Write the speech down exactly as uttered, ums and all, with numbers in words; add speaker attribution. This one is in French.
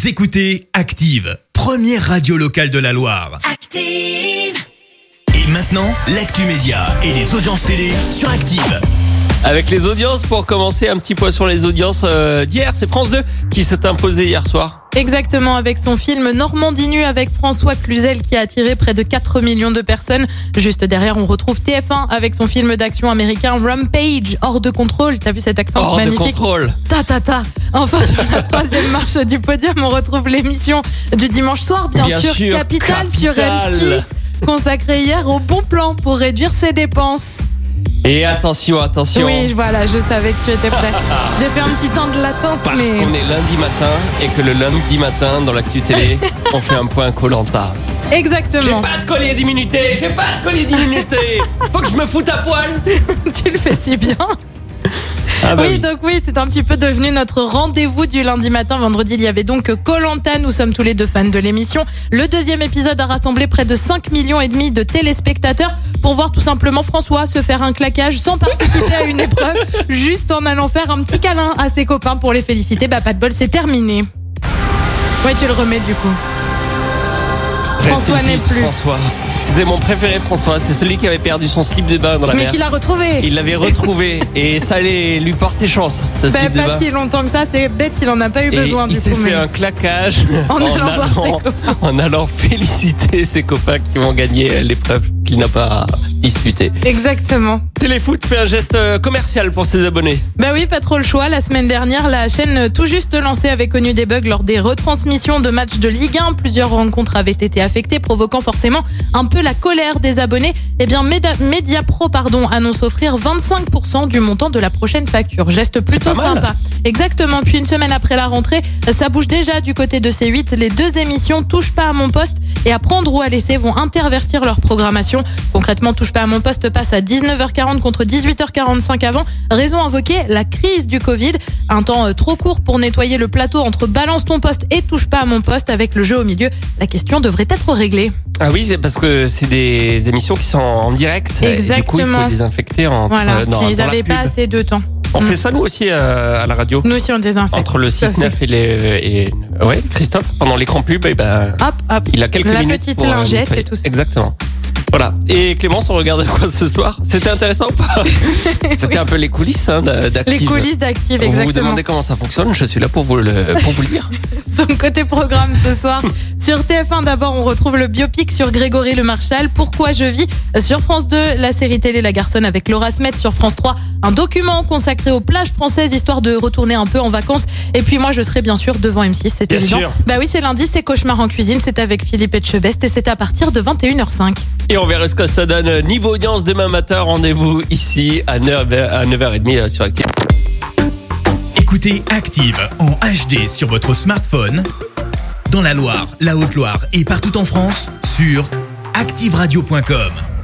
Speaker 1: Vous écoutez Active, première radio locale de la Loire.
Speaker 2: Active.
Speaker 1: Et maintenant, l'actu média et les audiences télé sur Active.
Speaker 3: Avec les audiences, pour commencer, un petit point sur les audiences euh, d'hier. C'est France deux qui s'est imposé hier soir.
Speaker 4: Exactement, avec son film Normandie nue avec François Cluzel qui a attiré près de quatre millions de personnes. Juste derrière, on retrouve T F un avec son film d'action américain Rampage, hors de contrôle. T'as vu cet accent
Speaker 3: Hors
Speaker 4: magnifique?
Speaker 3: de contrôle.
Speaker 4: Ta ta ta. Enfin, sur la troisième marche du podium, on retrouve l'émission du dimanche soir, bien,
Speaker 3: Bien
Speaker 4: sûr,
Speaker 3: sûr,
Speaker 4: Capital,
Speaker 3: Capital
Speaker 4: sur M six, consacrée hier au bon plan pour réduire ses dépenses.
Speaker 3: Et attention, attention.
Speaker 4: Oui, voilà, je savais que tu étais prêt. J'ai fait un petit temps de latence,
Speaker 3: Parce
Speaker 4: mais...
Speaker 3: qu'on est lundi matin et que le lundi matin, dans l'actu télé, on fait un point Koh-Lanta. J'ai
Speaker 4: Exactement.
Speaker 3: pas de collier d'immunité, j'ai pas de collier d'immunité. Faut que je me foute à poil.
Speaker 4: Tu le fais si bien.
Speaker 3: Ah bah
Speaker 4: oui,
Speaker 3: oui.
Speaker 4: donc oui, c'est un petit peu devenu notre rendez-vous du lundi matin. Vendredi, il y avait donc Koh-Lanta. Nous sommes tous les deux fans de l'émission. Le deuxième épisode a rassemblé près de cinq millions et demi de téléspectateurs pour voir tout simplement François se faire un claquage sans participer à une épreuve, juste en allant faire un petit câlin à ses copains pour les féliciter. Bah, pas de bol, c'est terminé. Ouais, tu le remets du coup.
Speaker 3: Rest
Speaker 4: François
Speaker 3: in
Speaker 4: n'est
Speaker 3: peace,
Speaker 4: plus.
Speaker 3: François. C'était mon préféré, François. C'est celui qui avait perdu son slip de bain dans la
Speaker 4: Mais
Speaker 3: mer.
Speaker 4: qu'il a retrouvé.
Speaker 3: Il l'avait retrouvé et ça allait lui porter chance, ce
Speaker 4: Bah,
Speaker 3: slip de
Speaker 4: pas
Speaker 3: bain.
Speaker 4: si longtemps que ça, c'est bête, il en a pas eu
Speaker 3: Et
Speaker 4: besoin
Speaker 3: il
Speaker 4: du
Speaker 3: s'est
Speaker 4: coup.
Speaker 3: fait
Speaker 4: mais-
Speaker 3: un claquage
Speaker 4: En allant voir ses
Speaker 3: allant,
Speaker 4: copains.
Speaker 3: en allant féliciter ses copains qui vont gagner l'épreuve qu'il n'a pas disputée.
Speaker 4: Exactement.
Speaker 3: Téléfoot fait un geste euh, commercial pour ses abonnés.
Speaker 4: Bah oui, pas trop le choix. La semaine dernière, la chaîne tout juste lancée avait connu des bugs lors des retransmissions de matchs de Ligue un. Plusieurs rencontres avaient été affectées, provoquant forcément un peu la colère des abonnés. Eh bien, Meda- Mediapro pardon, annonce offrir vingt-cinq pour cent du montant de la prochaine facture. Geste plutôt
Speaker 3: pas mal.
Speaker 4: sympa. Exactement. Puis une semaine après la rentrée, ça bouge déjà du côté de C huit. Les deux émissions Touche pas à mon poste et À prendre ou à laisser vont intervertir leur programmation. Concrètement, Touche pas à mon poste passe à dix-neuf heures quarante contre dix-huit heures quarante-cinq avant. Raison invoquée, la crise du Covid. Un temps euh, trop court pour nettoyer le plateau entre Balance ton poste et Touche pas à mon poste avec le jeu au milieu. La question devrait être réglée.
Speaker 3: Ah oui, c'est parce que c'est des émissions qui sont en direct. Et du coup, il
Speaker 4: Exactement.
Speaker 3: faut désinfecter entre,
Speaker 4: Voilà,
Speaker 3: dans,
Speaker 4: et ils
Speaker 3: dans la
Speaker 4: n'avaient
Speaker 3: pub.
Speaker 4: pas assez de temps.
Speaker 3: On
Speaker 4: Mm.
Speaker 3: fait ça nous aussi euh, à la radio.
Speaker 4: Nous aussi on désinfecte.
Speaker 3: Entre le six neuf et les et ouais, Christophe pendant l'écran pub, et ben
Speaker 4: Hop, hop.
Speaker 3: il a quelques
Speaker 4: La
Speaker 3: minutes
Speaker 4: petite
Speaker 3: pour, euh,
Speaker 4: lingette
Speaker 3: nettoyer.
Speaker 4: et tout ça.
Speaker 3: Exactement. Voilà. Et Clémence, on regarde quoi ce soir? C'était intéressant ou pas? C'était un peu les coulisses hein, d'Active.
Speaker 4: Les coulisses d'Active,
Speaker 3: Vous vous
Speaker 4: exactement.
Speaker 3: demandez comment ça fonctionne, je suis là pour vous le, pour vous le dire.
Speaker 4: Donc côté programme ce soir, sur T F un d'abord on retrouve le biopic sur Grégory Le Marchal, Pourquoi je vis. Sur France deux, la série télé La Garçonne avec Laura Smet. Sur France trois, un document consacré aux plages françaises, histoire de retourner un peu en vacances. Et puis moi je serai bien sûr devant M six, c'est
Speaker 3: Bien
Speaker 4: évident.
Speaker 3: sûr.
Speaker 4: Bah oui, c'est lundi, c'est Cauchemar en cuisine, c'est avec Philippe Etchebest et c'est à partir de vingt et une heures cinq.
Speaker 3: Et on verra ce que ça donne. Niveau audience demain matin, rendez-vous ici à neuf heures trente sur Active.
Speaker 1: Écoutez Active en H D sur votre smartphone, dans la Loire, la Haute-Loire et partout en France, sur active radio point com.